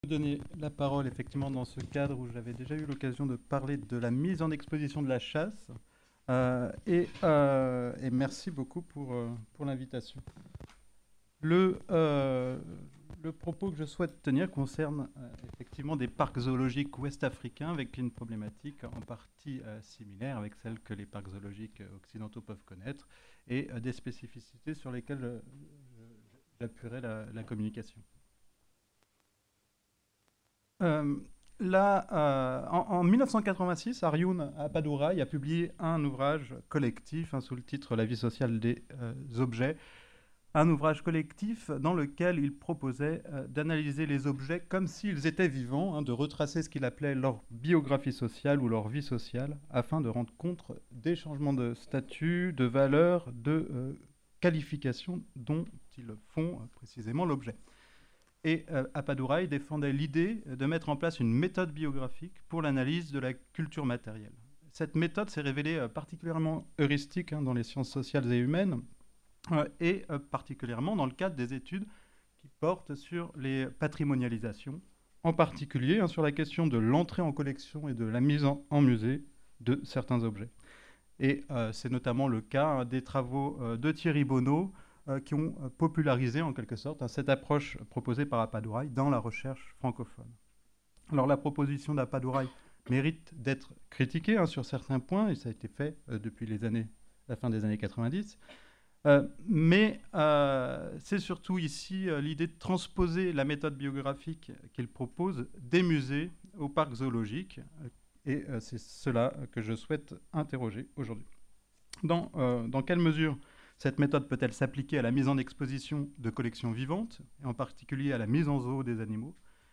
Donner la parole effectivement dans ce cadre où j'avais déjà eu l'occasion de parler de la mise en exposition de la chasse. Et merci beaucoup pour l'invitation. Le propos que je souhaite tenir concerne effectivement des parcs zoologiques ouest-africains avec une problématique en partie similaire avec celle que les parcs zoologiques occidentaux peuvent connaître et des spécificités sur lesquelles j'appuierai la communication. En 1986, Aryoun Appadurai a publié un ouvrage collectif sous le titre La vie sociale des objets, un ouvrage collectif dans lequel il proposait d'analyser les objets comme s'ils étaient vivants, de retracer ce qu'il appelait leur biographie sociale ou leur vie sociale, afin de rendre compte des changements de statut, de valeur, de qualification dont ils font précisément l'objet. Et Appadurai défendait l'idée de mettre en place une méthode biographique pour l'analyse de la culture matérielle. Cette méthode s'est révélée particulièrement heuristique dans les sciences sociales et humaines, et particulièrement dans le cadre des études qui portent sur les patrimonialisations, en particulier sur la question de l'entrée en collection et de la mise en musée de certains objets. Et c'est notamment le cas des travaux de Thierry Bonneau, qui ont popularisé en quelque sorte cette approche proposée par Appadurai dans la recherche francophone. Alors la proposition d'Appadurai mérite d'être critiquée sur certains points, et ça a été fait depuis la fin des années 90, mais c'est surtout ici l'idée de transposer la méthode biographique qu'il propose des musées aux parcs zoologiques, et c'est cela que je souhaite interroger aujourd'hui. Dans quelle mesure cette méthode peut-elle s'appliquer à la mise en exposition de collections vivantes, et en particulier à la mise en zoo des animaux?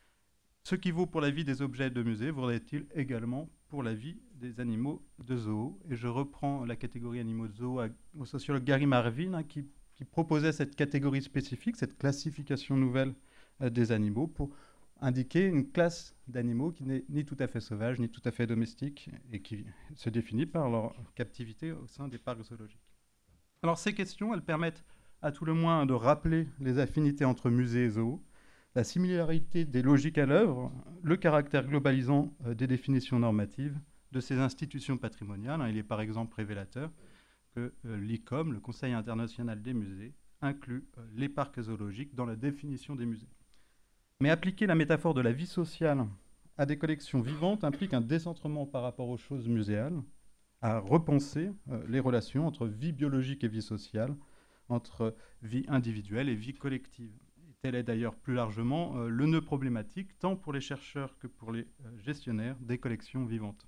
Ce qui vaut pour la vie des objets de musée vaudrait-il également pour la vie des animaux de zoo? Et je reprends la catégorie animaux de zoo au sociologue Gary Marvin, qui proposait cette catégorie spécifique, cette classification nouvelle des animaux, pour indiquer une classe d'animaux qui n'est ni tout à fait sauvage, ni tout à fait domestique, et qui se définit par leur captivité au sein des parcs zoologiques. Alors ces questions, elles permettent à tout le moins de rappeler les affinités entre musée et zoo, la similarité des logiques à l'œuvre, le caractère globalisant des définitions normatives de ces institutions patrimoniales. Il est par exemple révélateur que l'ICOM, le Conseil international des musées, inclut les parcs zoologiques dans la définition des musées. Mais appliquer la métaphore de la vie sociale à des collections vivantes implique un décentrement par rapport aux choses muséales, à repenser les relations entre vie biologique et vie sociale, entre vie individuelle et vie collective. Et tel est d'ailleurs plus largement le nœud problématique, tant pour les chercheurs que pour les gestionnaires des collections vivantes.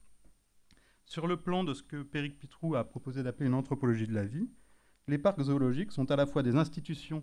Sur le plan de ce que Péric Pitroux a proposé d'appeler une anthropologie de la vie, les parcs zoologiques sont à la fois des institutions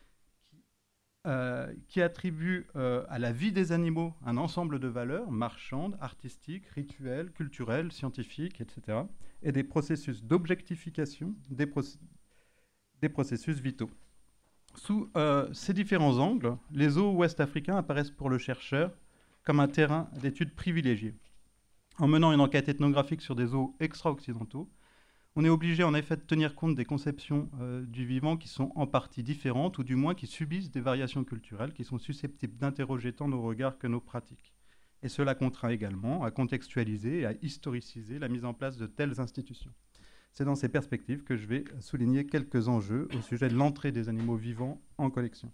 qui attribuent à la vie des animaux un ensemble de valeurs marchandes, artistiques, rituelles, culturelles, scientifiques, etc., et des processus d'objectification des processus vitaux. Sous ces différents angles, les zoos ouest-africains apparaissent pour le chercheur comme un terrain d'étude privilégié. En menant une enquête ethnographique sur des zoos extra-occidentaux, on est obligé en effet de tenir compte des conceptions du vivant qui sont en partie différentes, ou du moins qui subissent des variations culturelles qui sont susceptibles d'interroger tant nos regards que nos pratiques. Et cela contraint également à contextualiser et à historiciser la mise en place de telles institutions. C'est dans ces perspectives que je vais souligner quelques enjeux au sujet de l'entrée des animaux vivants en collection.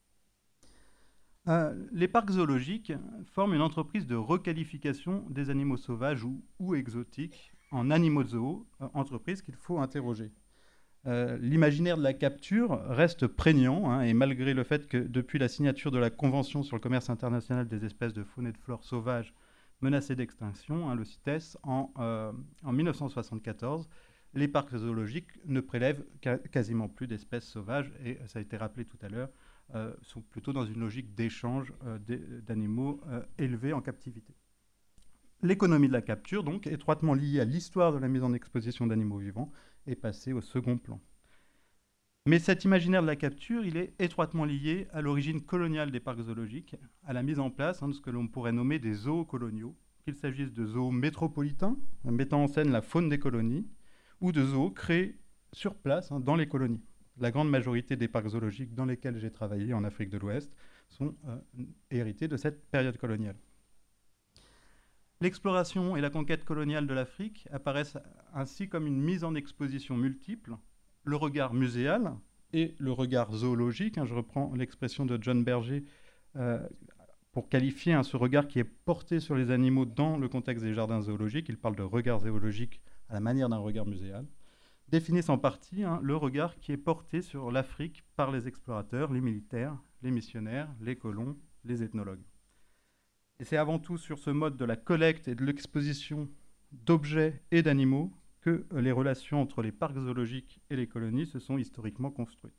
Les parcs zoologiques forment une entreprise de requalification des animaux sauvages ou exotiques en animaux de zoo, entreprise qu'il faut interroger. L'imaginaire de la capture reste prégnant, et malgré le fait que depuis la signature de la Convention sur le commerce international des espèces de faune et de flore sauvages menacées d'extinction, le CITES, en 1974, les parcs zoologiques ne prélèvent quasiment plus d'espèces sauvages, et ça a été rappelé tout à l'heure, sont plutôt dans une logique d'échange d'animaux élevés en captivité. L'économie de la capture, donc, étroitement liée à l'histoire de la mise en exposition d'animaux vivants, est passée au second plan. Mais cet imaginaire de la capture, il est étroitement lié à l'origine coloniale des parcs zoologiques, à la mise en place de ce que l'on pourrait nommer des zoos coloniaux, qu'il s'agisse de zoos métropolitains, mettant en scène la faune des colonies, ou de zoos créés sur place, dans les colonies. La grande majorité des parcs zoologiques dans lesquels j'ai travaillé en Afrique de l'Ouest sont hérités de cette période coloniale. L'exploration et la conquête coloniale de l'Afrique apparaissent ainsi comme une mise en exposition multiple, le regard muséal et le regard zoologique. Je reprends l'expression de John Berger pour qualifier ce regard qui est porté sur les animaux dans le contexte des jardins zoologiques. Il parle de regard zoologique à la manière d'un regard muséal. Définissent en partie le regard qui est porté sur l'Afrique par les explorateurs, les militaires, les missionnaires, les colons, les ethnologues. Et c'est avant tout sur ce mode de la collecte et de l'exposition d'objets et d'animaux que les relations entre les parcs zoologiques et les colonies se sont historiquement construites.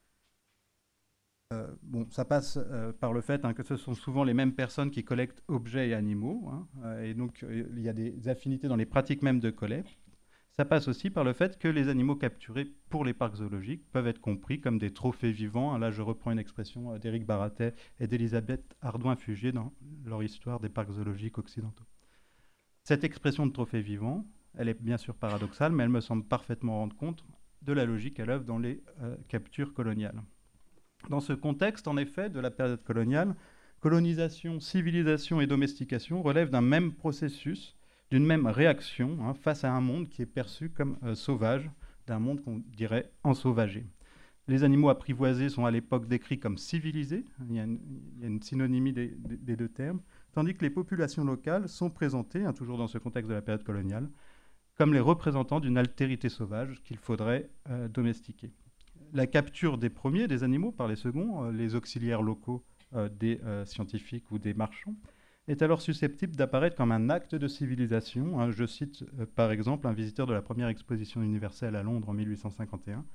Ça passe par le fait que ce sont souvent les mêmes personnes qui collectent objets et animaux, et donc il y a des affinités dans les pratiques même de collecte. Ça passe aussi par le fait que les animaux capturés pour les parcs zoologiques peuvent être compris comme des trophées vivants. Là, je reprends une expression d'Éric Baratet et d'Elisabeth Ardouin-Fugier dans leur histoire des parcs zoologiques occidentaux. Cette expression de trophée vivant, elle est bien sûr paradoxale, mais elle me semble parfaitement rendre compte de la logique à l'œuvre dans les captures coloniales. Dans ce contexte, en effet, de la période coloniale, colonisation, civilisation et domestication relèvent d'un même processus, d'une même réaction face à un monde qui est perçu comme sauvage, d'un monde qu'on dirait ensauvagé. Les animaux apprivoisés sont à l'époque décrits comme civilisés, il y a une synonymie des deux termes, tandis que les populations locales sont présentées, toujours dans ce contexte de la période coloniale, comme les représentants d'une altérité sauvage qu'il faudrait domestiquer. La capture des premiers, des animaux, par les seconds, les auxiliaires locaux des scientifiques ou des marchands, est alors susceptible d'apparaître comme un acte de civilisation. Je cite par exemple un visiteur de la première exposition universelle à Londres en 1851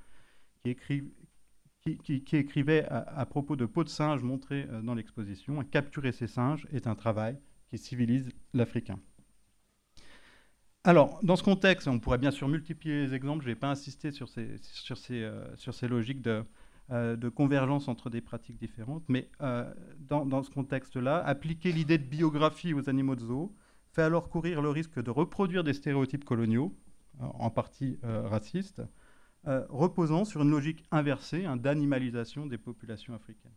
qui écrivait à propos de peaux de singes montrées dans l'exposition: capturer ces singes est un travail qui civilise l'Africain. Alors, dans ce contexte, on pourrait bien sûr multiplier les exemples. Je ne vais pas insister sur ces logiques de convergence entre des pratiques différentes, mais dans ce contexte-là, appliquer l'idée de biographie aux animaux de zoo fait alors courir le risque de reproduire des stéréotypes coloniaux, en partie racistes, reposant sur une logique inversée d'animalisation des populations africaines.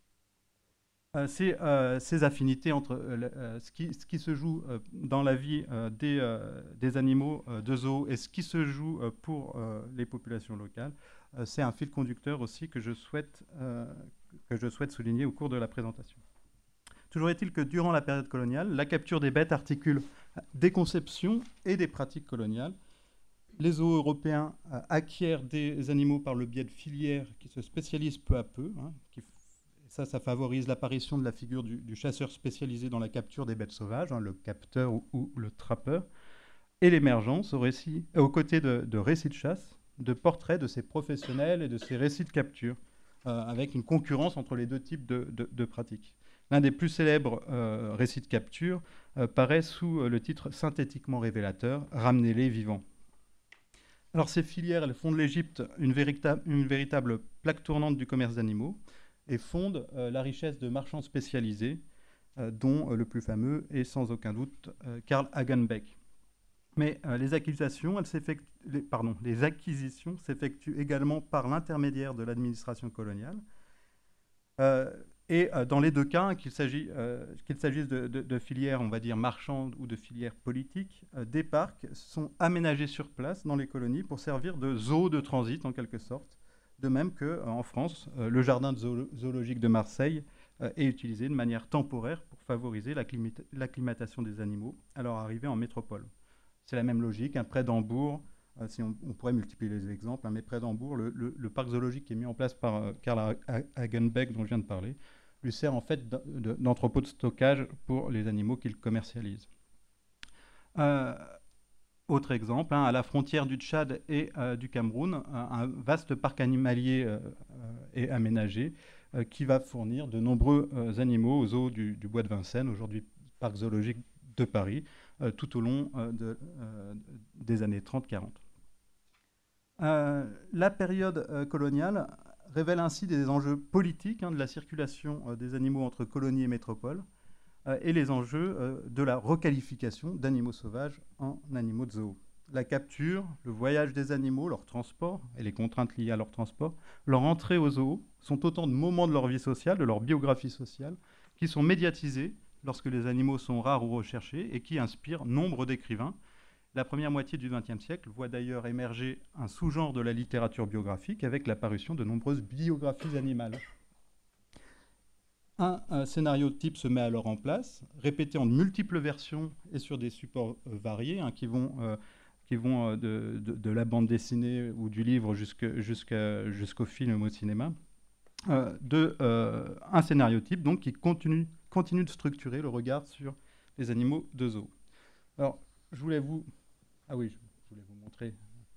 Ces affinités entre ce qui se joue dans la vie des animaux de zoo et ce qui se joue pour les populations locales, c'est un fil conducteur aussi que je souhaite souligner au cours de la présentation. Toujours est-il que durant la période coloniale, la capture des bêtes articule des conceptions et des pratiques coloniales. Les zoos européens acquièrent des animaux par le biais de filières qui se spécialisent peu à peu, ça favorise l'apparition de la figure du chasseur spécialisé dans la capture des bêtes sauvages, le capteur ou le trappeur, et l'émergence aux côtés de récits de chasse, de portraits de ces professionnels et de ces récits de capture, avec une concurrence entre les deux types de pratiques. L'un des plus célèbres récits de capture paraît sous le titre synthétiquement révélateur « Ramenez-les vivants ». Alors ces filières, elles font de l'Égypte une véritable plaque tournante du commerce d'animaux, et fonde la richesse de marchands spécialisés, dont le plus fameux est sans aucun doute Karl Hagenbeck. Mais les acquisitions s'effectuent également par l'intermédiaire de l'administration coloniale. Et dans les deux cas, qu'il s'agisse de filières, on va dire, marchandes ou de filières politiques, des parcs sont aménagés sur place dans les colonies pour servir de zoos de transit, en quelque sorte. De même qu'en France, le jardin zoologique de Marseille est utilisé de manière temporaire pour favoriser l'acclimatation des animaux à leur arrivée en métropole. C'est la même logique. Près d'Hambourg, on pourrait multiplier les exemples, mais près d'Hambourg, le parc zoologique qui est mis en place par Karl Hagenbeck, dont je viens de parler, lui sert en fait d'entrepôt de stockage pour les animaux qu'il commercialise. Autre exemple, à la frontière du Tchad et du Cameroun, un vaste parc animalier est aménagé qui va fournir de nombreux animaux aux zoos du Bois de Vincennes, aujourd'hui parc zoologique de Paris, tout au long des années 30-40. La période coloniale révèle ainsi des enjeux politiques de la circulation des animaux entre colonies et métropoles, et les enjeux de la requalification d'animaux sauvages en animaux de zoo. la capture, le voyage des animaux, leur transport et les contraintes liées à leur transport, leur entrée aux zoos sont autant de moments de leur vie sociale, de leur biographie sociale, qui sont médiatisés lorsque les animaux sont rares ou recherchés et qui inspirent nombre d'écrivains. La première moitié du XXe siècle voit d'ailleurs émerger un sous-genre de la littérature biographique avec l'apparition de nombreuses biographies animales. Un scénario type se met alors en place, répété en multiples versions et sur des supports variés, qui vont de la bande dessinée ou du livre jusqu'au film ou au cinéma. Un scénario type donc, qui continue de structurer le regard sur les animaux de zoo. Alors, je voulais vous... Ah oui, je voulais vous montrer.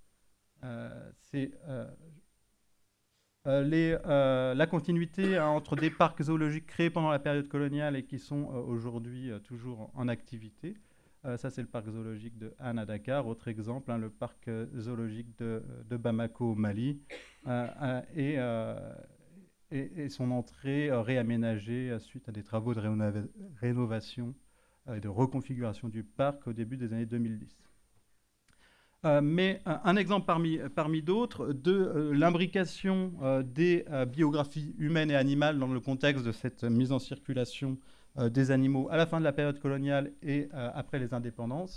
La continuité entre des parcs zoologiques créés pendant la période coloniale et qui sont aujourd'hui toujours en activité. Ça, c'est le parc zoologique de Han à Dakar. Autre exemple, le parc zoologique de Bamako au Mali. Et son entrée réaménagée suite à des travaux de rénovation et de reconfiguration du parc au début des années 2010. Mais un exemple parmi d'autres de l'imbrication des biographies humaines et animales dans le contexte de cette mise en circulation des animaux à la fin de la période coloniale et après les indépendances.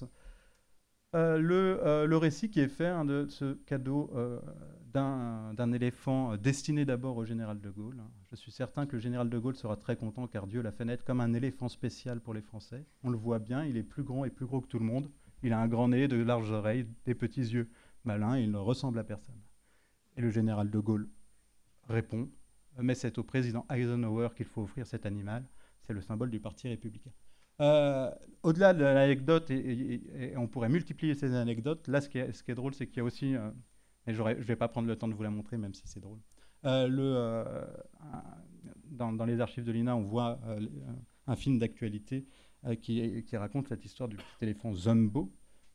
Le récit qui est fait de ce cadeau d'un éléphant destiné d'abord au général de Gaulle. Je suis certain que le général de Gaulle sera très content car Dieu l'a fait naître comme un éléphant spécial pour les Français. On le voit bien, il est plus grand et plus gros que tout le monde. Il a un grand nez, de larges oreilles, des petits yeux malins, et il ne ressemble à personne. Et le général de Gaulle répond, mais c'est au président Eisenhower qu'il faut offrir cet animal, c'est le symbole du parti républicain. Au-delà de l'anecdote, et on pourrait multiplier ces anecdotes, là ce qui est drôle, c'est qu'il y a aussi, et je ne vais pas prendre le temps de vous la montrer, même si c'est drôle, dans les archives de l'INA, on voit un film d'actualité qui raconte cette histoire du petit éléphant Zumbo.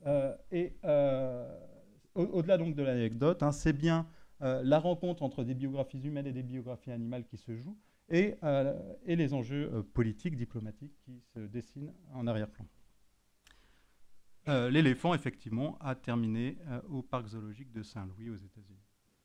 Au-delà donc de l'anecdote, c'est bien la rencontre entre des biographies humaines et des biographies animales qui se joue, et les enjeux politiques, diplomatiques qui se dessinent en arrière-plan. L'éléphant, effectivement, a terminé au parc zoologique de Saint-Louis aux États-Unis.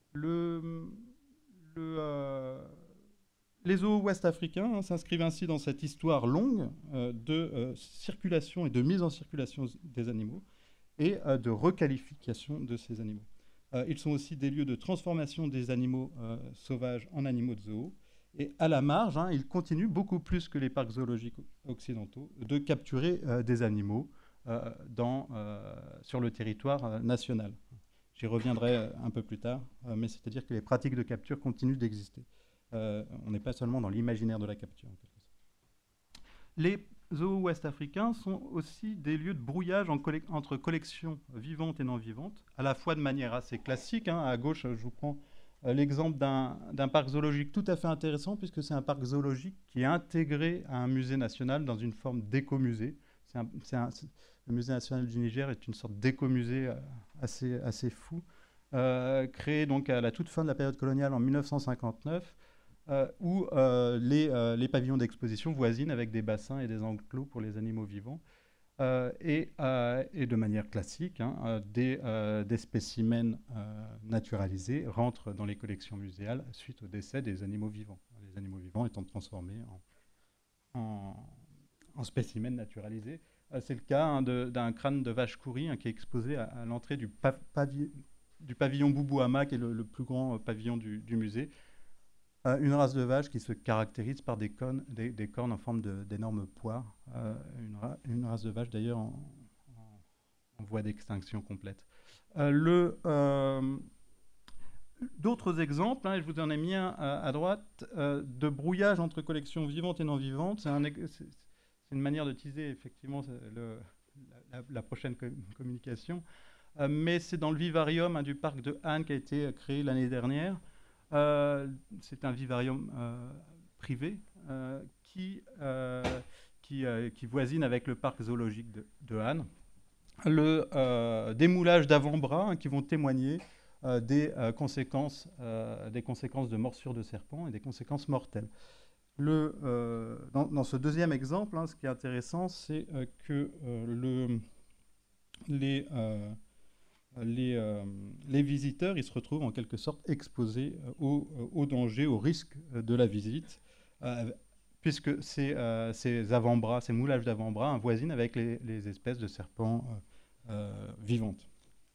Les zoos ouest-africains s'inscrivent ainsi dans cette histoire longue de circulation et de mise en circulation des animaux et de requalification de ces animaux. Ils sont aussi des lieux de transformation des animaux sauvages en animaux de zoo. Et à la marge, ils continuent beaucoup plus que les parcs zoologiques occidentaux de capturer des animaux sur le territoire national. J'y reviendrai un peu plus tard, mais c'est-à-dire que les pratiques de capture continuent d'exister. On n'est pas seulement dans l'imaginaire de la capture, en quelque sorte. Les zoos ouest-africains sont aussi des lieux de brouillage entre collections vivantes et non vivantes, à la fois de manière assez classique. À gauche, je vous prends l'exemple d'un parc zoologique tout à fait intéressant, puisque c'est un parc zoologique qui est intégré à un musée national dans une forme d'écomusée. Le musée national du Niger est une sorte d'écomusée assez fou, créé donc à la toute fin de la période coloniale en 1959, où les pavillons d'exposition voisinent avec des bassins et des enclos pour les animaux vivants. Et de manière classique, des spécimens naturalisés rentrent dans les collections muséales suite au décès des animaux vivants. Les animaux vivants étant transformés en spécimens naturalisés. C'est le cas d'un crâne de vache courie qui est exposé à l'entrée du pavillon Boubouama, qui est le plus grand pavillon du musée. Une race de vache qui se caractérise par des cornes en forme d'énormes poires. Une race de vache d'ailleurs en voie d'extinction complète. D'autres exemples, et je vous en ai mis un à droite, de brouillage entre collections vivantes et non vivantes. C'est une manière de teaser effectivement la prochaine communication. Mais c'est dans le vivarium du parc de Han qui a été créé l'année dernière. C'est un vivarium privé qui voisine avec le parc zoologique de Han. Le démoulage d'avant-bras qui vont témoigner des conséquences de morsures de serpents et des conséquences mortelles. Dans ce deuxième exemple, ce qui est intéressant, c'est que les visiteurs ils se retrouvent en quelque sorte exposés au danger, au risque de la visite, puisque ces avant-bras, ces moulages d'avant-bras avoisinent avec les espèces de serpents vivantes.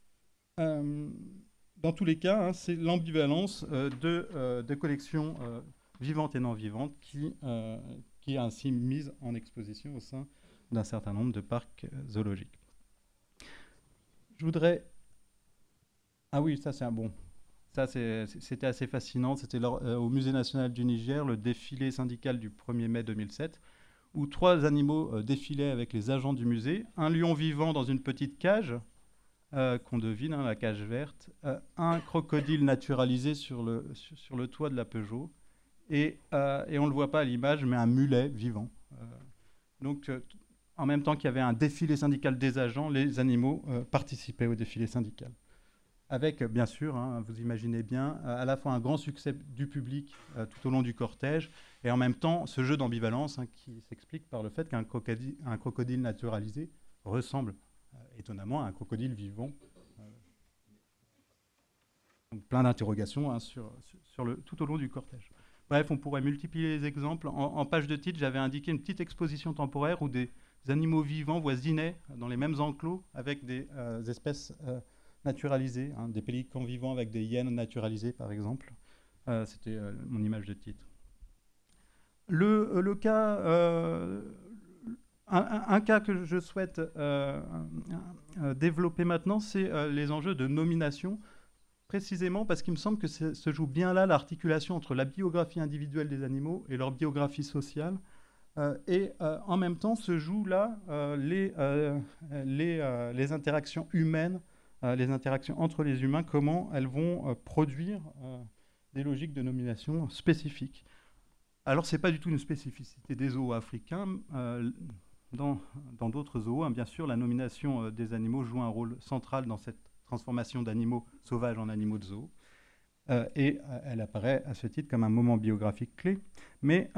Dans tous les cas, hein, c'est l'ambivalence de collections vivantes et non vivantes qui est ainsi mise en exposition au sein d'un certain nombre de parcs zoologiques. Je voudrais... Ah oui, ça c'est un bon. Ça c'était assez fascinant. C'était au Musée national du Niger, le défilé syndical du 1er mai 2007, où 3 animaux défilaient avec les agents du musée. Un lion vivant dans une petite cage, qu'on devine, hein, la cage verte, un crocodile naturalisé sur le toit de la Peugeot, et on ne le voit pas à l'image, mais un mulet vivant. Donc, en même temps qu'il y avait un défilé syndical des agents, les animaux participaient au défilé syndical. Avec, bien sûr, hein, vous imaginez bien, à la fois un grand succès du public tout au long du cortège, et en même temps ce jeu d'ambivalence, hein, qui s'explique par le fait qu'un crocodile naturalisé ressemble étonnamment à un crocodile vivant. Donc plein d'interrogations, hein, tout au long du cortège. Bref, on pourrait multiplier les exemples. En page de titre, j'avais indiqué une petite exposition temporaire où des animaux vivants voisinaient dans les mêmes enclos avec des espèces naturalisées, hein, des pélicans vivants avec des hyènes naturalisées, par exemple. C'était mon image de titre. Le cas... Un cas que je souhaite développer maintenant, c'est les enjeux de nomination, précisément parce qu'il me semble que se joue bien là l'articulation entre la biographie individuelle des animaux et leur biographie sociale. Et en même temps se jouent là les interactions humaines, les interactions entre les humains, comment elles vont produire des logiques de nomination spécifiques. Alors, ce n'est pas du tout une spécificité des zoos africains. Dans d'autres zoos, hein, bien sûr, la nomination des animaux joue un rôle central dans cette transformation d'animaux sauvages en animaux de zoo. Et elle apparaît à ce titre comme un moment biographique clé. Mais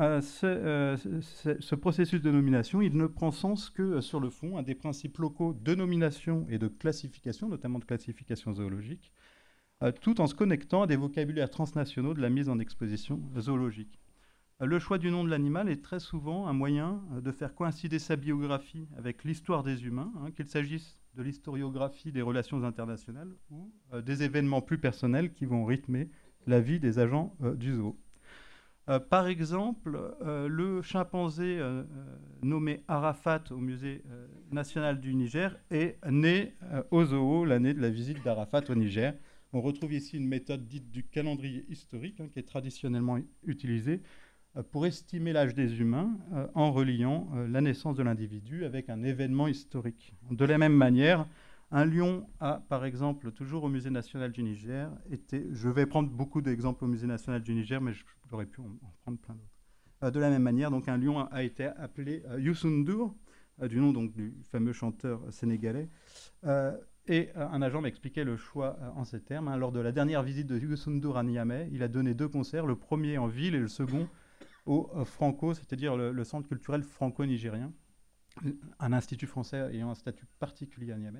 ce processus de nomination, il ne prend sens que sur le fond, des principes locaux de nomination et de classification, notamment de classification zoologique, tout en se connectant à des vocabulaires transnationaux de la mise en exposition zoologique. Le choix du nom de l'animal est très souvent un moyen de faire coïncider sa biographie avec l'histoire des humains, hein, qu'il s'agisse de l'historiographie des relations internationales ou des événements plus personnels qui vont rythmer la vie des agents du zoo. Par exemple, le chimpanzé nommé Arafat au Musée national du Niger est né au zoo l'année de la visite d'Arafat au Niger. On retrouve ici une méthode dite du calendrier historique, hein, qui est traditionnellement utilisée pour estimer l'âge des humains en reliant la naissance de l'individu avec un événement historique. De la même manière, un lion a, par exemple, toujours au Musée national du Niger, je vais prendre beaucoup d'exemples au Musée national du Niger, mais j'aurais pu en prendre plein d'autres. De la même manière, donc, un lion a été appelé Youssou N'Dour, du nom donc, du fameux chanteur sénégalais. Et un agent m'expliquait le choix en ces termes. Hein. Lors de la dernière visite de Youssou N'Dour à Niamey, il a donné 2 concerts, le premier en ville et le second au Franco, c'est-à-dire le centre culturel franco-nigérien, un institut français ayant un statut particulier à Niamey.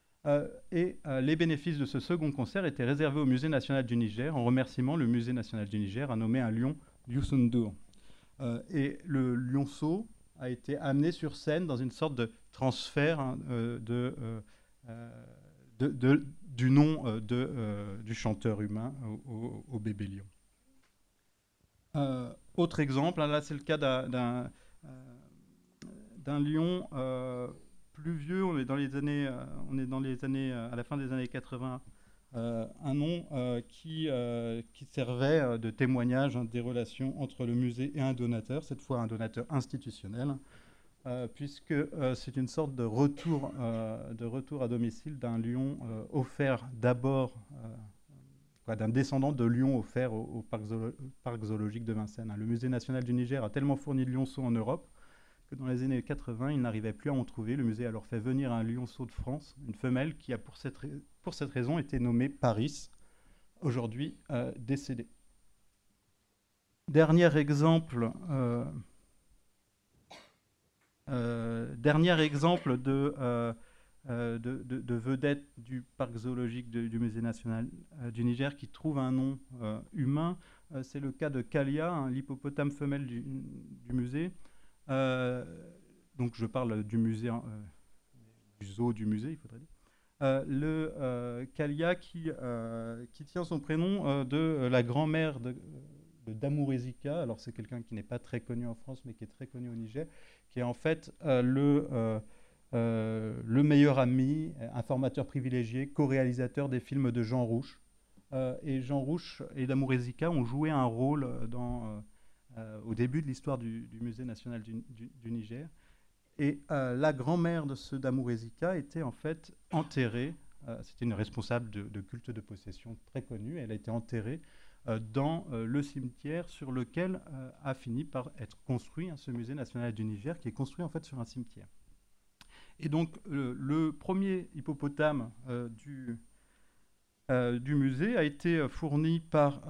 Les bénéfices de ce second concert étaient réservés au Musée national du Niger. En remerciement, le Musée national du Niger a nommé un lion Youssou N'Dour. Et le lionceau a été amené sur scène dans une sorte de transfert, hein, du nom du chanteur humain au bébé lion. Autre exemple, là c'est le cas d'un lion plus vieux, on est dans les années à la fin des années 80, un nom qui servait de témoignage, hein, des relations entre le musée et un donateur, cette fois un donateur institutionnel, puisque c'est une sorte de retour à domicile d'un lion offert d'abord, d'un descendant de lion offert au parc zoologique de Vincennes. Le Musée national du Niger a tellement fourni de lionceaux en Europe que dans les années 80, il n'arrivait plus à en trouver. Le musée a alors fait venir un lionceau de France, une femelle qui a pour cette raison été nommée Paris, aujourd'hui décédée. Dernier exemple de de vedettes du parc zoologique du Musée national du Niger qui trouvent un nom humain. C'est le cas de Kalia, hein, l'hippopotame femelle du musée. Euh, donc je parle du musée, du zoo du musée, il faudrait dire. Kalia qui tient son prénom de la grand-mère de Damourezika. Alors c'est quelqu'un qui n'est pas très connu en France, mais qui est très connu au Niger, qui est en fait le meilleur ami, un formateur privilégié, co-réalisateur des films de Jean Rouch. Et Jean Rouch et Damourezika ont joué un rôle au début de l'histoire du Musée national du Niger. Et la grand-mère de ce Damourezika était en fait enterrée. C'était une responsable de culte de possession très connue. Elle a été enterrée dans le cimetière sur lequel a fini par être construit ce musée national du Niger, qui est construit en fait sur un cimetière. Et donc le premier hippopotame du musée a été fourni par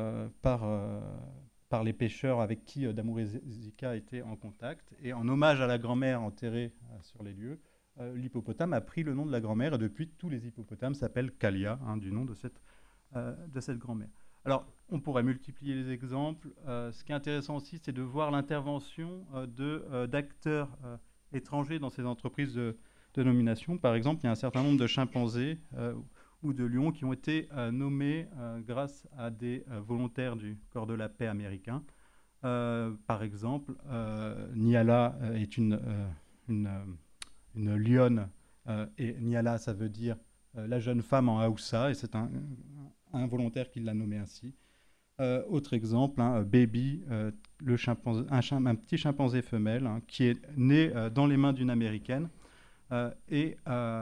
les pêcheurs avec qui Damourezika était en contact. Et en hommage à la grand-mère enterrée sur les lieux, l'hippopotame a pris le nom de la grand-mère et depuis, tous les hippopotames s'appellent Kalia, hein, du nom de cette grand-mère. Alors, on pourrait multiplier les exemples. Ce qui est intéressant aussi, c'est de voir l'intervention d'acteurs étrangers dans ces entreprises de nomination. Par exemple, il y a un certain nombre de chimpanzés ou de lions qui ont été nommés grâce à des volontaires du corps de la paix américain. Par exemple, Niala est une lionne, et Niala, ça veut dire la jeune femme en Haoussa, et c'est un volontaire qui l'a nommé ainsi. Autre exemple, hein, Baby, un petit chimpanzé femelle hein, qui est né dans les mains d'une américaine. Et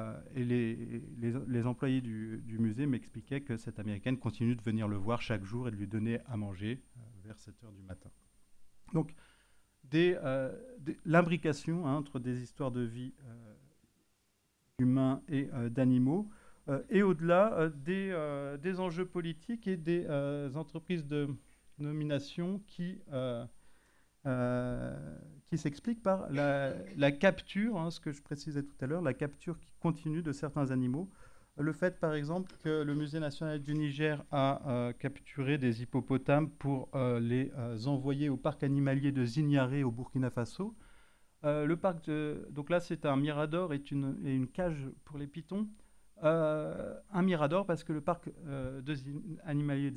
les employés du musée m'expliquaient que cette américaine continue de venir le voir chaque jour et de lui donner à manger vers 7 heures du matin. Donc, l'imbrication hein, entre des histoires de vie humains et d'animaux, et au-delà des enjeux politiques et des entreprises de nomination qui s'explique par la capture, hein, ce que je précisais tout à l'heure, la capture qui continue de certains animaux. Le fait, par exemple, que le Musée national du Niger a capturé des hippopotames pour les envoyer au parc animalier de Zignaré au Burkina Faso. Donc là, c'est un mirador et une cage pour les pitons. Un mirador parce que le parc animalier de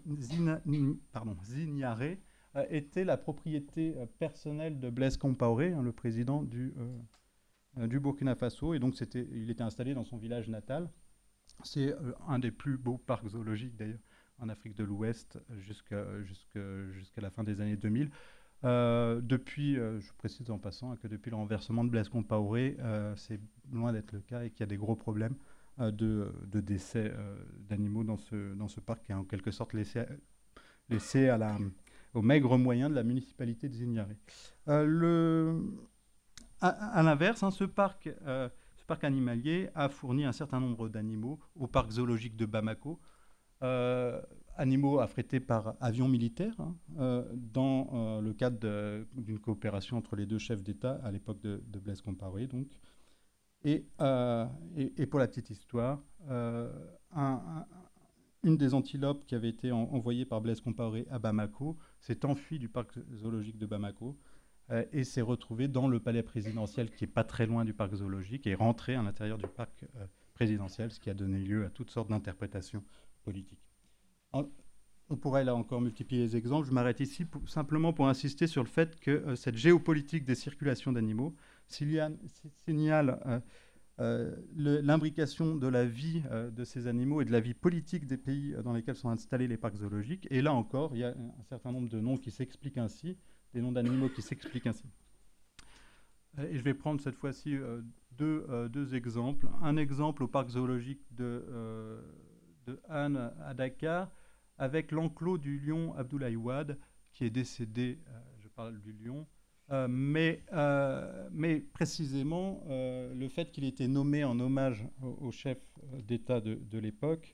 Zignaré était la propriété personnelle de Blaise Compaoré, hein, le président du Burkina Faso, et donc il était installé dans son village natal. C'est un des plus beaux parcs zoologiques d'ailleurs en Afrique de l'Ouest jusqu'à la fin des années 2000. Depuis, je précise en passant que depuis le renversement de Blaise Compaoré, c'est loin d'être le cas et qu'il y a des gros problèmes de décès d'animaux dans ce parc qui est en quelque sorte laissé aux maigres moyens de la municipalité de Zignaré. À l'inverse, hein, ce parc animalier a fourni un certain nombre d'animaux au parc zoologique de Bamako, animaux affrétés par avion militaire, hein, dans le cadre d'une coopération entre les deux chefs d'État à l'époque de Blaise Compaoré. Donc. Et pour la petite histoire, une des antilopes qui avait été envoyée par Blaise Compaoré à Bamako s'est enfuie du parc zoologique de Bamako et s'est retrouvée dans le palais présidentiel qui n'est pas très loin du parc zoologique et est rentrée à l'intérieur du parc présidentiel, ce qui a donné lieu à toutes sortes d'interprétations politiques. On pourrait là encore multiplier les exemples. Je m'arrête ici simplement pour insister sur le fait que cette géopolitique des circulations d'animaux signale l'imbrication de la vie de ces animaux et de la vie politique des pays dans lesquels sont installés les parcs zoologiques. Et là encore, il y a un certain nombre de noms qui s'expliquent ainsi, des noms d'animaux qui s'expliquent ainsi. Et je vais prendre cette fois-ci deux exemples. Un exemple au parc zoologique de Anne à Dakar, avec l'enclos du lion Abdoulaye Wade, qui est décédé, je parle du lion, mais précisément, le fait qu'il ait été nommé en hommage au chef d'État de l'époque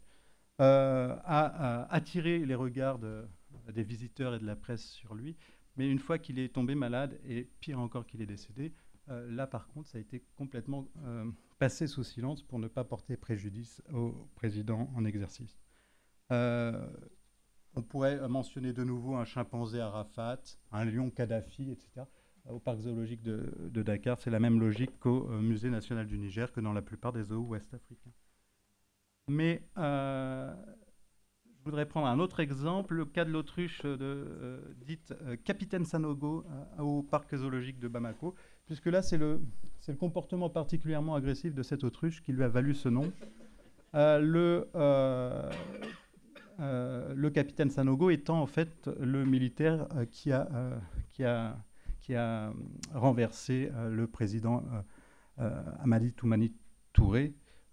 a attiré les regards des visiteurs et de la presse sur lui. Mais une fois qu'il est tombé malade, et pire encore qu'il est décédé, Là, par contre, ça a été complètement passé sous silence pour ne pas porter préjudice au président en exercice. On pourrait mentionner de nouveau un chimpanzé Arafat, un lion Kadhafi, etc. Au parc zoologique de Dakar, c'est la même logique qu'au Musée national du Niger, que dans la plupart des zoos ouest-africains. Mais je voudrais prendre un autre exemple, le cas de l'autruche dite Capitaine Sanogo au parc zoologique de Bamako, puisque là, c'est le comportement particulièrement agressif de cette autruche qui lui a valu ce nom. Le capitaine Sanogo étant en fait le militaire qui a renversé le président Amadi Toumani Touré.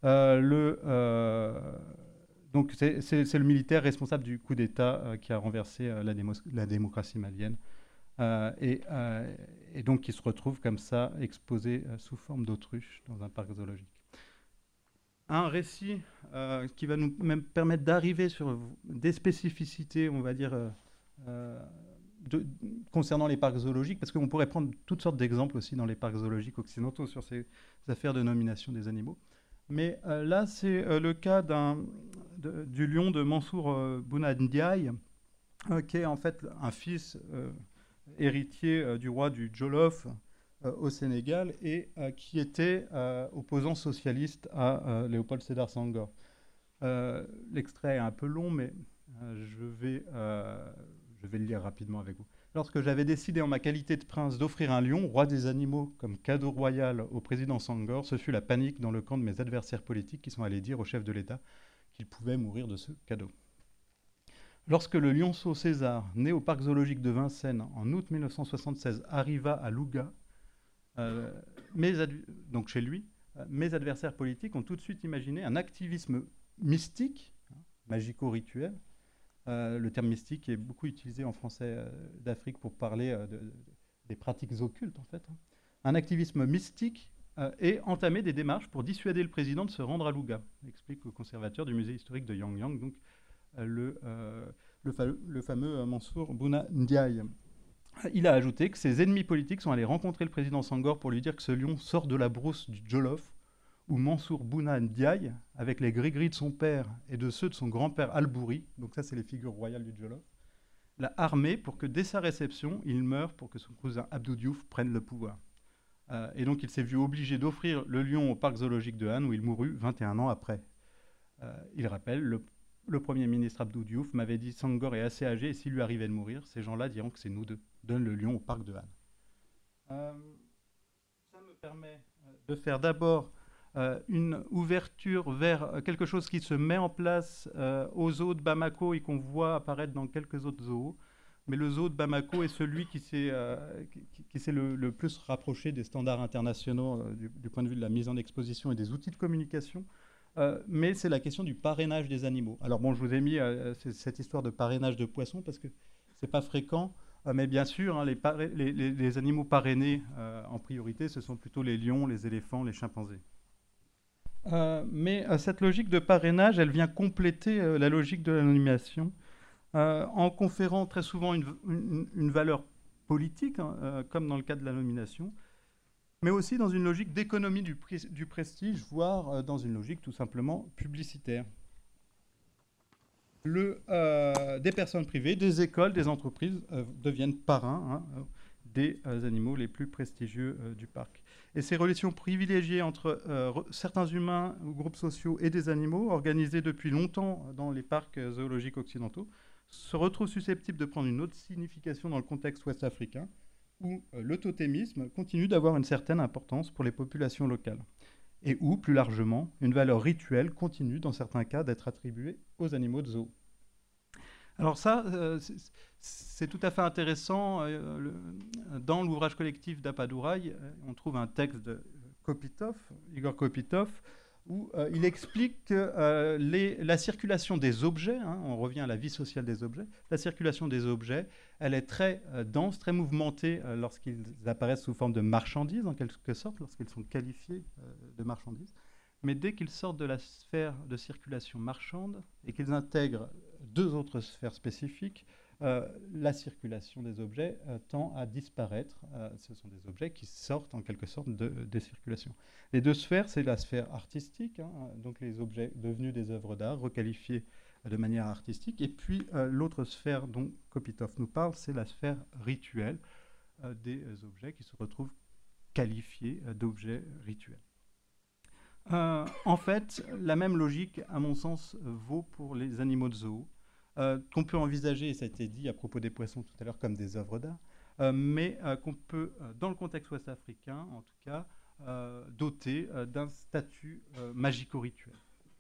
Donc c'est le militaire responsable du coup d'État qui a renversé la démocratie malienne et donc qui se retrouve comme ça exposé sous forme d'autruche dans un parc zoologique. Un récit qui va nous même permettre d'arriver sur des spécificités, on va dire, concernant les parcs zoologiques, parce qu'on pourrait prendre toutes sortes d'exemples aussi dans les parcs zoologiques occidentaux sur ces affaires de nomination des animaux. Mais là, c'est le cas du lion de Mansour Bouna Ndiaye, qui est en fait un fils héritier du roi du Jolof au Sénégal et qui était opposant socialiste à Léopold Sédar Senghor. L'extrait est un peu long, mais je vais le lire rapidement avec vous. Lorsque j'avais décidé en ma qualité de prince d'offrir un lion, roi des animaux, comme cadeau royal au président Senghor, ce fut la panique dans le camp de mes adversaires politiques qui sont allés dire au chef de l'État qu'il pouvait mourir de ce cadeau. Lorsque le lionceau César, né au parc zoologique de Vincennes en août 1976, arriva à Louga, donc chez lui, mes adversaires politiques ont tout de suite imaginé un activisme mystique, magico-rituel. Le terme mystique est beaucoup utilisé en français d'Afrique pour parler des pratiques occultes, en fait. Un activisme mystique et entamer des démarches pour dissuader le président de se rendre à Louga, explique le conservateur du musée historique de Yang, donc le fameux Mansour Bouna Ndiaye. Il a ajouté que ses ennemis politiques sont allés rencontrer le président Senghor pour lui dire que ce lion sort de la brousse du Jolof, où Mansour Bouna Ndiaye, avec les gris-gris de son père et de ceux de son grand-père Albouri, donc ça c'est les figures royales du Jolof, l'a armé pour que dès sa réception, il meure pour que son cousin Abdou Diouf prenne le pouvoir. Et donc il s'est vu obligé d'offrir le lion au parc zoologique de Han, où il mourut 21 ans après. Il rappelle, le Premier ministre Abdou Diouf m'avait dit « Senghor est assez âgé et s'il lui arrivait de mourir, ces gens-là diront que c'est nous deux. Donne le lion au parc de Han. » Ça me permet de faire d'abord une ouverture vers quelque chose qui se met en place aux zoos de Bamako et qu'on voit apparaître dans quelques autres zoos. Mais le zoo de Bamako est celui qui s'est le plus rapproché des standards internationaux du point de vue de la mise en exposition et des outils de communication. Mais c'est la question du parrainage des animaux. Alors bon, je vous ai mis cette histoire de parrainage de poissons parce que c'est pas fréquent, mais bien sûr, hein, les animaux parrainés en priorité, ce sont plutôt les lions, les éléphants, les chimpanzés. Mais cette logique de parrainage, elle vient compléter la logique de l'anonymisation en conférant très souvent une valeur politique, hein, comme dans le cas de la nomination, mais aussi dans une logique d'économie du prestige, voire dans une logique tout simplement publicitaire. Des personnes privées, des écoles, des entreprises deviennent parrains des animaux les plus prestigieux du parc. Et ces relations privilégiées entre certains humains ou groupes sociaux et des animaux, organisées depuis longtemps dans les parcs zoologiques occidentaux, se retrouvent susceptibles de prendre une autre signification dans le contexte ouest-africain, où le totémisme continue d'avoir une certaine importance pour les populations locales, et où, plus largement, une valeur rituelle continue, dans certains cas, d'être attribuée aux animaux de zoo. Alors ça, c'est tout à fait intéressant. Dans l'ouvrage collectif d'Apadouraï, on trouve un texte de Kopitov, Igor Kopitov, où il explique que la circulation des objets, hein, on revient à la vie sociale des objets, la circulation des objets, elle est très dense, très mouvementée lorsqu'ils apparaissent sous forme de marchandises, en quelque sorte, lorsqu'ils sont qualifiés de marchandises. Mais dès qu'ils sortent de la sphère de circulation marchande et qu'ils intègrent deux autres sphères spécifiques, la circulation des objets tend à disparaître. Ce sont des objets qui sortent en quelque sorte des circulations. Les deux sphères, c'est la sphère artistique, hein, donc les objets devenus des œuvres d'art, requalifiés de manière artistique, et puis l'autre sphère dont Kopytov nous parle, c'est la sphère rituelle des objets qui se retrouvent qualifiés d'objets rituels. En fait, la même logique, à mon sens, vaut pour les animaux de zoo, qu'on peut envisager, et ça a été dit à propos des poissons tout à l'heure, comme des œuvres d'art, mais qu'on peut, dans le contexte ouest-africain, en tout cas, doter d'un statut magico-rituel.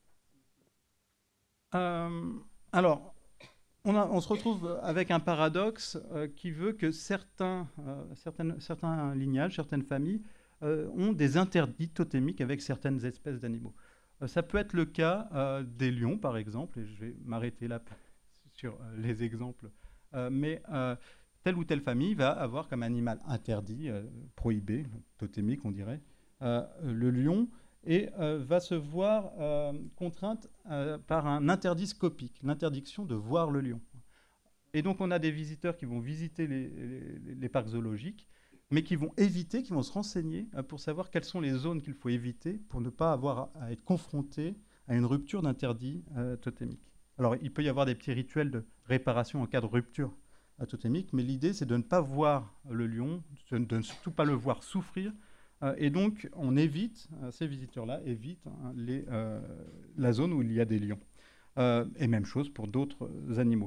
Alors, on se retrouve avec un paradoxe qui veut que certains lignages, certaines familles, ont des interdits totémiques avec certaines espèces d'animaux. Ça peut être le cas des lions, par exemple, et je vais m'arrêter là sur les exemples, mais telle ou telle famille va avoir comme animal interdit, prohibé, totémique on dirait, le lion, et va se voir contrainte par un interdit scopique, l'interdiction de voir le lion. Et donc on a des visiteurs qui vont visiter les parcs zoologiques, mais qui vont éviter, qui vont se renseigner pour savoir quelles sont les zones qu'il faut éviter pour ne pas avoir à être confronté à une rupture d'interdit totémique. Alors il peut y avoir des petits rituels de réparation en cas de rupture totémique, mais l'idée c'est de ne pas voir le lion, de ne surtout pas le voir souffrir, et donc on évite, ces visiteurs-là évitent la zone où il y a des lions. Et même chose pour d'autres animaux.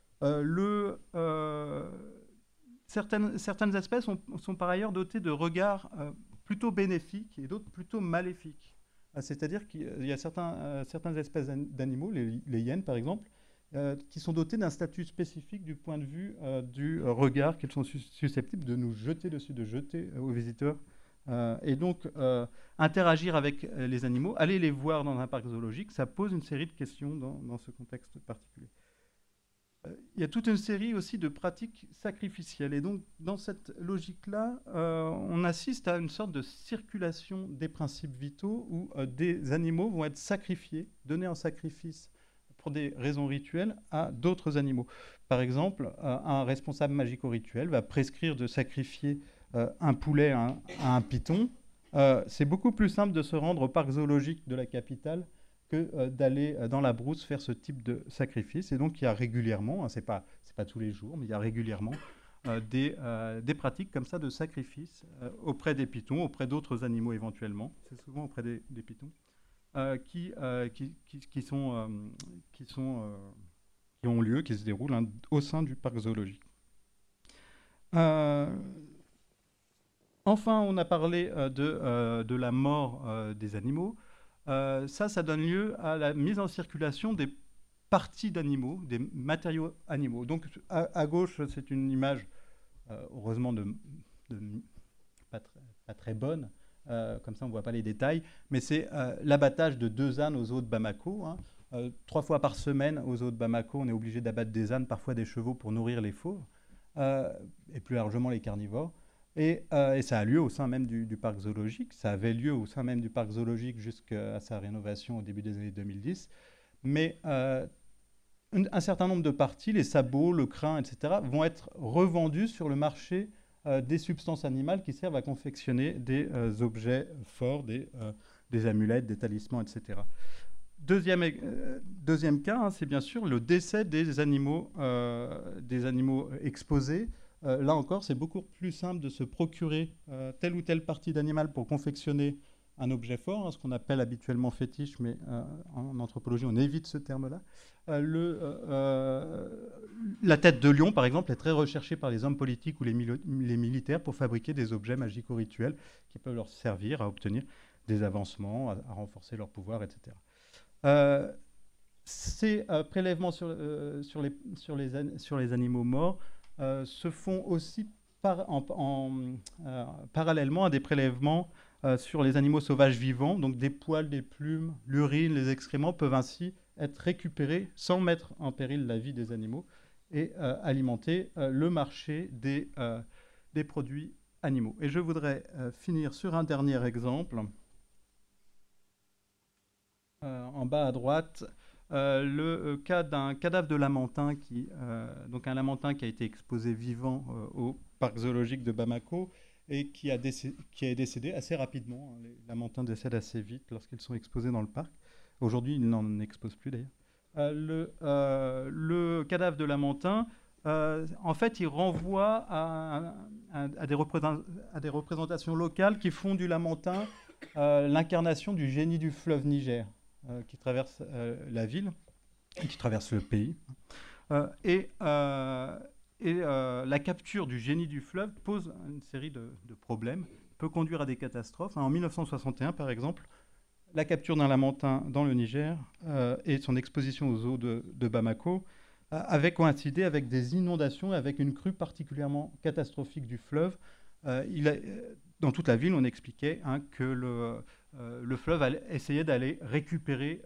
Certaines espèces sont par ailleurs dotées de regards plutôt bénéfiques et d'autres plutôt maléfiques. C'est-à-dire qu'il y a certaines espèces d'animaux, les hyènes par exemple, qui sont dotés d'un statut spécifique du point de vue du regard qu'ils sont susceptibles de nous jeter dessus, de jeter aux visiteurs. Et donc, interagir avec les animaux, aller les voir dans un parc zoologique, ça pose une série de questions dans ce contexte particulier. Il y a toute une série aussi de pratiques sacrificielles. Et donc, dans cette logique-là, on assiste à une sorte de circulation des principes vitaux où des animaux vont être sacrifiés, donnés en sacrifice pour des raisons rituelles à d'autres animaux. Par exemple, un responsable magico-rituel va prescrire de sacrifier un poulet à un python. C'est beaucoup plus simple de se rendre au parc zoologique de la capitale que d'aller dans la brousse faire ce type de sacrifice. Et donc, il y a régulièrement, c'est pas tous les jours, mais il y a régulièrement des pratiques comme ça de sacrifice auprès des pythons, auprès d'autres animaux éventuellement. C'est souvent auprès des pythons qui ont lieu, qui se déroulent au sein du parc zoologique. Enfin, on a parlé de la mort des animaux. Ça donne lieu à la mise en circulation des parties d'animaux, des matériaux animaux. Donc, à gauche, c'est une image, heureusement, pas très bonne. Comme ça, on ne voit pas les détails. Mais c'est l'abattage de 2 ânes aux zoos de Bamako. 3 fois par semaine, aux zoos de Bamako, on est obligé d'abattre des ânes, parfois des chevaux, pour nourrir les fauves, et plus largement les carnivores. Et ça a lieu au sein même du parc zoologique. Ça avait lieu au sein même du parc zoologique jusqu'à sa rénovation au début des années 2010. Mais un certain nombre de parties, les sabots, le crin, etc., vont être revendus sur le marché des substances animales qui servent à confectionner des objets forts, des amulettes, des talismans, etc. Deuxième cas, c'est bien sûr le décès des animaux exposés. Là encore, c'est beaucoup plus simple de se procurer telle ou telle partie d'animal pour confectionner un objet fort, ce qu'on appelle habituellement fétiche, mais en anthropologie, on évite ce terme-là. La tête de lion, par exemple, est très recherchée par les hommes politiques ou les militaires pour fabriquer des objets magico-rituels qui peuvent leur servir à obtenir des avancements, à renforcer leur pouvoir, etc. Ces prélèvements sur les animaux morts se font aussi parallèlement à des prélèvements sur les animaux sauvages vivants. Donc des poils, des plumes, l'urine, les excréments peuvent ainsi être récupérés sans mettre en péril la vie des animaux et alimenter le marché des produits animaux. Et je voudrais finir sur un dernier exemple. En bas à droite, le cas d'un cadavre de lamantin, donc un lamantin qui a été exposé vivant au parc zoologique de Bamako et qui est décédé assez rapidement. Les lamantins décèdent assez vite lorsqu'ils sont exposés dans le parc. Aujourd'hui, ils n'en exposent plus d'ailleurs. Le cadavre de lamantin, en fait, il renvoie à des représentations locales qui font du lamantin l'incarnation du génie du fleuve Niger, qui traverse la ville, et qui traverse le pays. La capture du génie du fleuve pose une série de problèmes, peut conduire à des catastrophes. En 1961, par exemple, la capture d'un lamantin dans le Niger et son exposition aux eaux de Bamako avait coïncidé avec des inondations, avec une crue particulièrement catastrophique du fleuve. Dans toute la ville, on expliquait que le fleuve essayait d'aller récupérer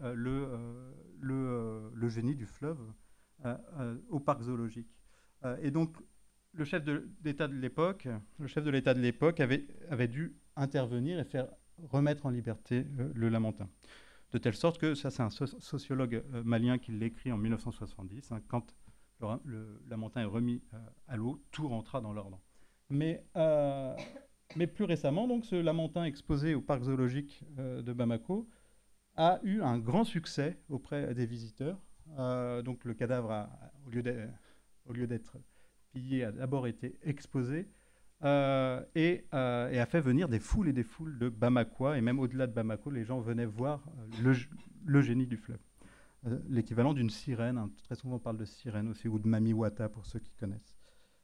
le génie du fleuve au parc zoologique. Et donc, le chef de l'État de l'époque avait dû intervenir et faire remettre en liberté le lamantin. De telle sorte que, ça c'est un sociologue malien qui l'écrit en 1970, quand le lamantin est remis à l'eau, tout rentra dans l'ordre. Mais plus récemment, donc, ce lamantin exposé au parc zoologique de Bamako a eu un grand succès auprès des visiteurs. Donc le cadavre, au lieu d'être pillé, a d'abord été exposé et a fait venir des foules et des foules de Bamakois, et même au-delà de Bamako, les gens venaient voir le génie du fleuve. L'équivalent d'une sirène, très souvent on parle de sirène aussi, ou de Mamiwata pour ceux qui connaissent.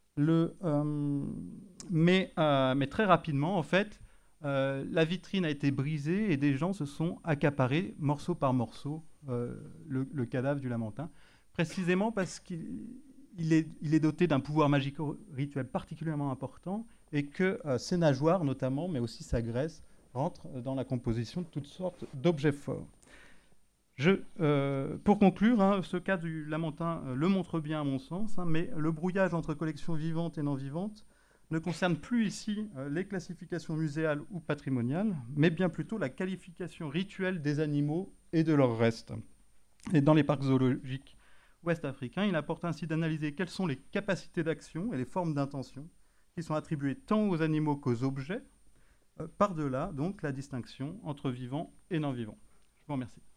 Mais très rapidement, en fait, la vitrine a été brisée et des gens se sont accaparés, morceau par morceau, le cadavre du lamantin, précisément parce qu'il est doté d'un pouvoir magico-rituel particulièrement important et que ses nageoires, notamment, mais aussi sa graisse, rentrent dans la composition de toutes sortes d'objets forts. Pour conclure, ce cas du lamantin le montre bien à mon sens, mais le brouillage entre collections vivantes et non vivantes ne concerne plus ici les classifications muséales ou patrimoniales, mais bien plutôt la qualification rituelle des animaux et de leurs restes. Et dans les parcs zoologiques ouest-africains, il importe ainsi d'analyser quelles sont les capacités d'action et les formes d'intention qui sont attribuées tant aux animaux qu'aux objets, par-delà donc la distinction entre vivants et non vivants. Je vous remercie.